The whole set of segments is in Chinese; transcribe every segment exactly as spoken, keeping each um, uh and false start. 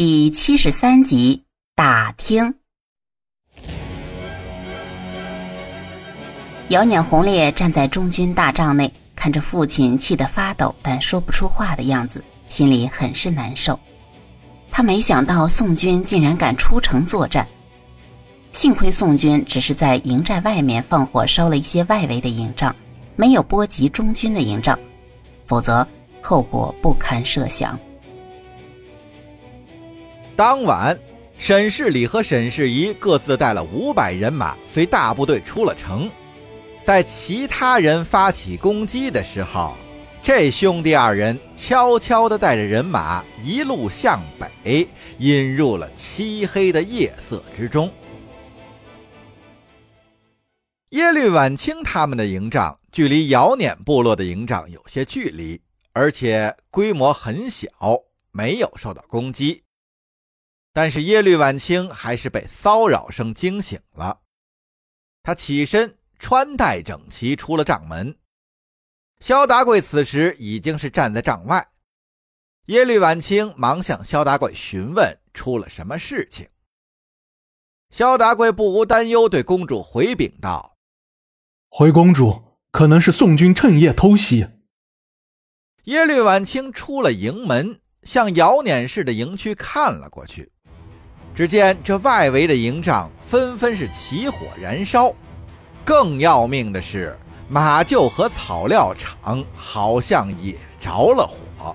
第七十三集打听。姚碾红烈站在中军大帐内，看着父亲气得发抖但说不出话的样子，心里很是难受。他没想到宋军竟然敢出城作战，幸亏宋军只是在营寨外面放火烧了一些外围的营帐，没有波及中军的营帐，否则后果不堪设想。 当晚，沈世礼和沈世仪各自带了五百人马，随大部队出了城。在其他人发起攻击的时候，这兄弟二人悄悄地带着人马一路向北，引入了漆黑的夜色之中。耶律晚清他们的营帐距离姚碾部落的营帐有些距离，而且规模很小，没有受到攻击。但是耶律晚清还是被骚扰声惊醒了，他起身穿戴整齐出了帐门。萧达贵此时已经是站在帐外，耶律晚清忙向萧达贵询问出了什么事情。萧达贵不无担忧，对公主回禀道： 回公主，可能是宋军趁夜偷袭。 耶律晚清出了营门，向姚碾氏的营区看了过去，只见这外围的营帐纷纷是起火燃烧，更要命的是马厩和草料场好像也着了火。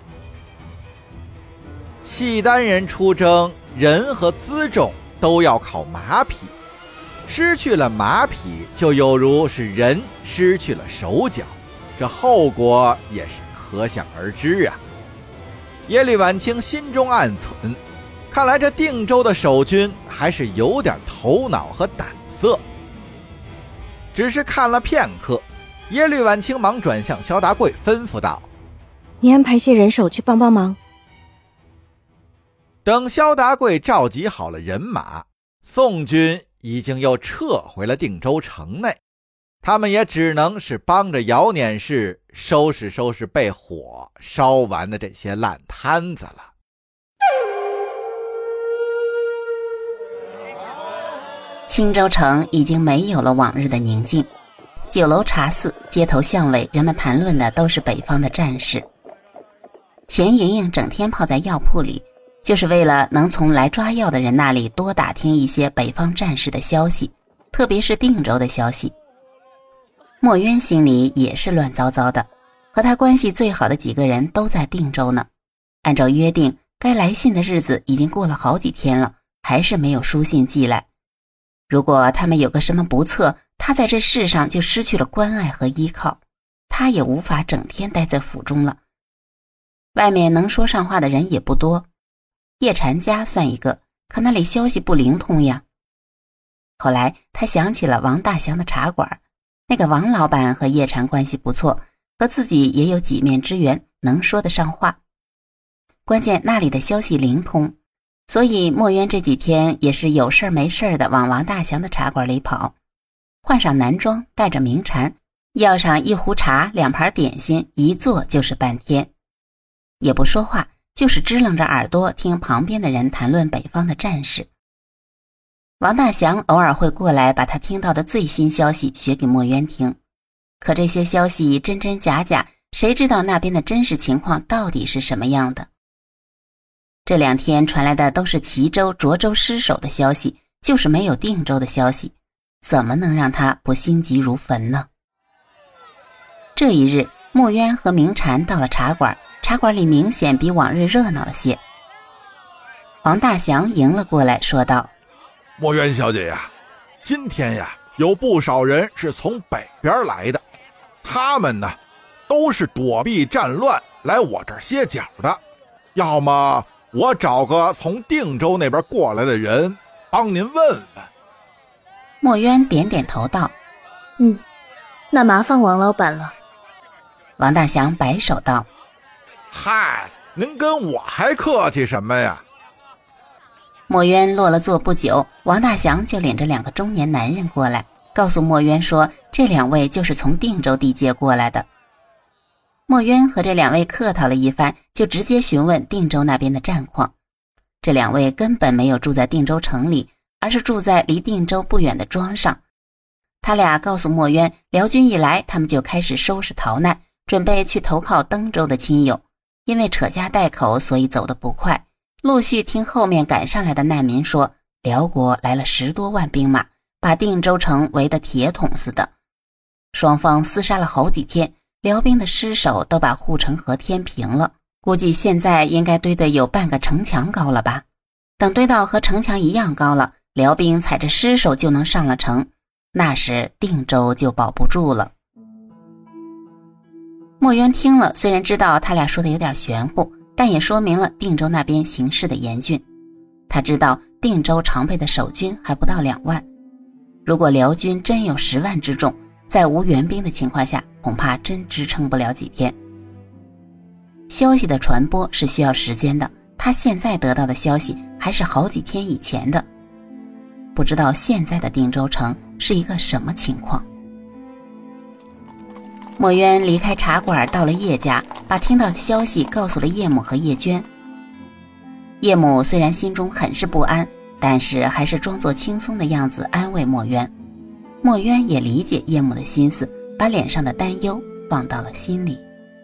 契丹人出征，人和辎重都要靠马匹，失去了马匹就有如是人失去了手脚，这后果也是可想而知啊。耶律晚清心中暗忖，看来这定州的守军还是有点头脑和胆色。只是看了片刻，耶律晚清忙转向萧达贵，吩咐道： 你安排些人手去帮帮忙。 等萧达贵召集好了人马，宋军已经又撤回了定州城内，他们也只能是帮着姚碾氏收拾收拾被火烧完的这些烂摊子了。 青州城已经没有了往日的宁静，酒楼茶肆、街头巷尾，人们谈论的都是北方的战事。钱莹莹整天泡在药铺里，就是为了能从来抓药的人那里多打听一些北方战事的消息，特别是定州的消息。墨渊心里也是乱糟糟的，和他关系最好的几个人都在定州呢。按照约定，该来信的日子已经过了好几天了，还是没有书信寄来。如果他们有个什么不测，他在这世上就失去了关爱和依靠，他也无法整天待在府中了。外面能说上话的人也不多，叶禅家算一个，可那里消息不灵通呀。后来他想起了王大祥的茶馆，那个王老板和叶禅关系不错，和自己也有几面之缘，能说得上话。关键那里的消息灵通，所以墨渊这几天也是有事没事的往王大祥的茶馆里跑，换上男装，带着明禅，要上一壶茶，两盘点心，一坐就是半天，也不说话，就是支棱着耳朵听旁边的人谈论北方的战事。王大祥偶尔会过来把他听到的最新消息学给墨渊听，可这些消息真真假假，谁知道那边的真实情况到底是什么样的？这两天传来的都是齐州、涿州失守的消息，就是没有定州的消息，怎么能让他不心急如焚呢？这一日，墨渊和明禅到了茶馆，茶馆里明显比往日热闹了些。黄大祥迎了过来，说道： 墨渊小姐呀，今天呀，有不少人是从北边来的，他们呢，都是躲避战乱来我这儿歇脚的，要么我找个从定州那边过来的人帮您问问。 墨渊点点头道： 嗯，那麻烦王老板了。 王大祥摆手道： 嗨，您跟我还客气什么呀？ 墨渊落了座不久，王大祥就领着两个中年男人过来，告诉墨渊说这两位就是从定州地界过来的。墨渊和这两位客套了一番，就直接询问定州那边的战况。 这两位根本没有住在定州城里，而是住在离定州不远的庄上。他俩告诉墨渊，辽军一来，他们就开始收拾逃难，准备去投靠登州的亲友。因为扯家带口，所以走得不快。陆续听后面赶上来的难民说，辽国来了十多万兵马，把定州城围得铁桶似的。双方厮杀了好几天，辽兵的尸首都把护城河填平了，估计现在应该堆得有半个城墙高了吧。等堆到和城墙一样高了，辽兵踩着尸首就能上了城，那时定州就保不住了。墨渊听了，虽然知道他俩说的有点玄乎，但也说明了定州那边形势的严峻。他知道定州常备的守军还不到两万，如果辽军真有十万之众，在无援兵的情况下，恐怕真支撑不了几天。消息的传播是需要时间的，他现在得到的消息还是好几天以前的，不知道现在的定州城是一个什么情况。墨渊离开茶馆，到了叶家，把听到的消息告诉了叶母和叶娟。叶母虽然心中很是不安，但是还是装作轻松的样子安慰墨渊。墨渊也理解叶母的心思，把脸上的担忧放到了心里。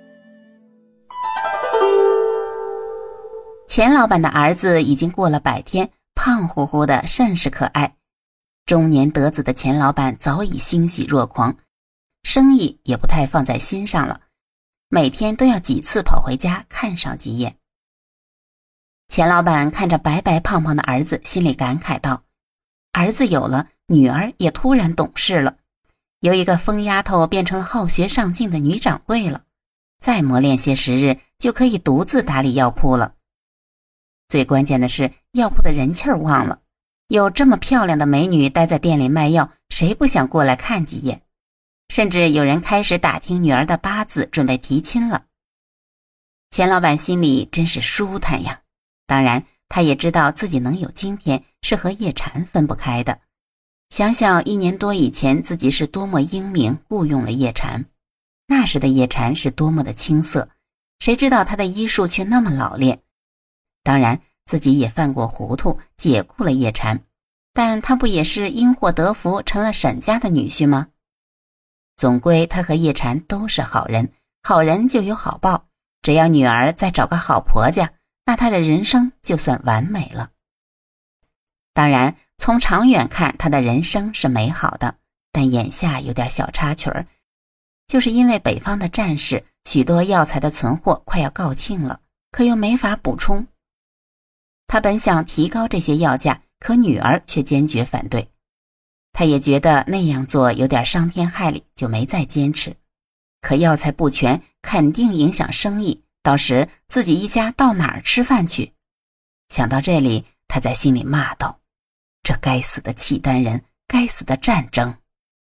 钱老板的儿子已经过了百天，胖乎乎的，甚是可爱。中年得子的钱老板早已欣喜若狂，生意也不太放在心上了，每天都要几次跑回家看上几眼。钱老板看着白白胖胖的儿子，心里感慨道，儿子有了，女儿也突然懂事了，由一个疯丫头变成了好学上进的女掌柜了，再磨练些时日，就可以独自打理药铺了。最关键的是，药铺的人气儿旺了，有这么漂亮的美女待在店里卖药，谁不想过来看几眼？甚至有人开始打听女儿的八字，准备提亲了。钱老板心里真是舒坦呀，当然他也知道自己能有今天是和叶禅分不开的。想想一年多以前自己是多么英明雇佣了叶禅，那时的叶禅是多么的青涩，谁知道他的医术却那么老练。当然自己也犯过糊涂，解雇了叶禅，但他不也是因祸得福，成了沈家的女婿吗？总归他和叶禅都是好人，好人就有好报，只要女儿再找个好婆家，那他的人生就算完美了。当然从长远看，他的人生是美好的，但眼下有点小插曲儿，就是因为北方的战事，许多药材的存货快要告罄了，可又没法补充。他本想提高这些药价，可女儿却坚决反对。他也觉得那样做有点伤天害理，就没再坚持。可药材不全，肯定影响生意，到时自己一家到哪儿吃饭去？想到这里，他在心里骂道：这该死的契丹人，该死的战争！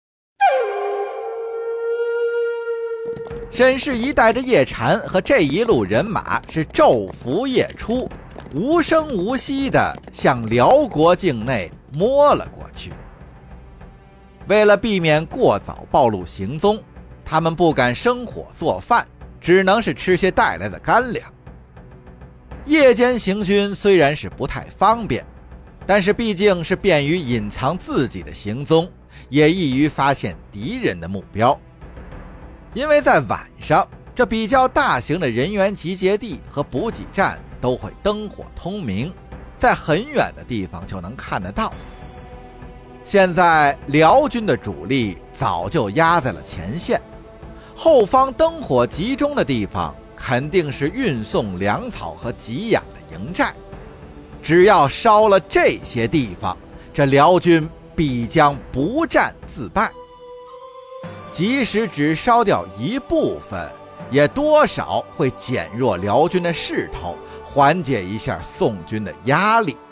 沈世宜带着叶禅和这一路人马是昼伏夜出，无声无息地向辽国境内摸了过去。为了避免过早暴露行踪，他们不敢生火做饭，只能是吃些带来的干粮。夜间行军虽然是不太方便，但是毕竟是便于隐藏自己的行踪，也易于发现敌人的目标。因为在晚上，这比较大型的人员集结地和补给站都会灯火通明，在很远的地方就能看得到。现在辽军的主力早就压在了前线，后方灯火集中的地方肯定是运送粮草和给养的营寨，只要烧了这些地方，这辽军必将不战自败。即使只烧掉一部分，也多少会减弱辽军的势头，缓解一下宋军的压力。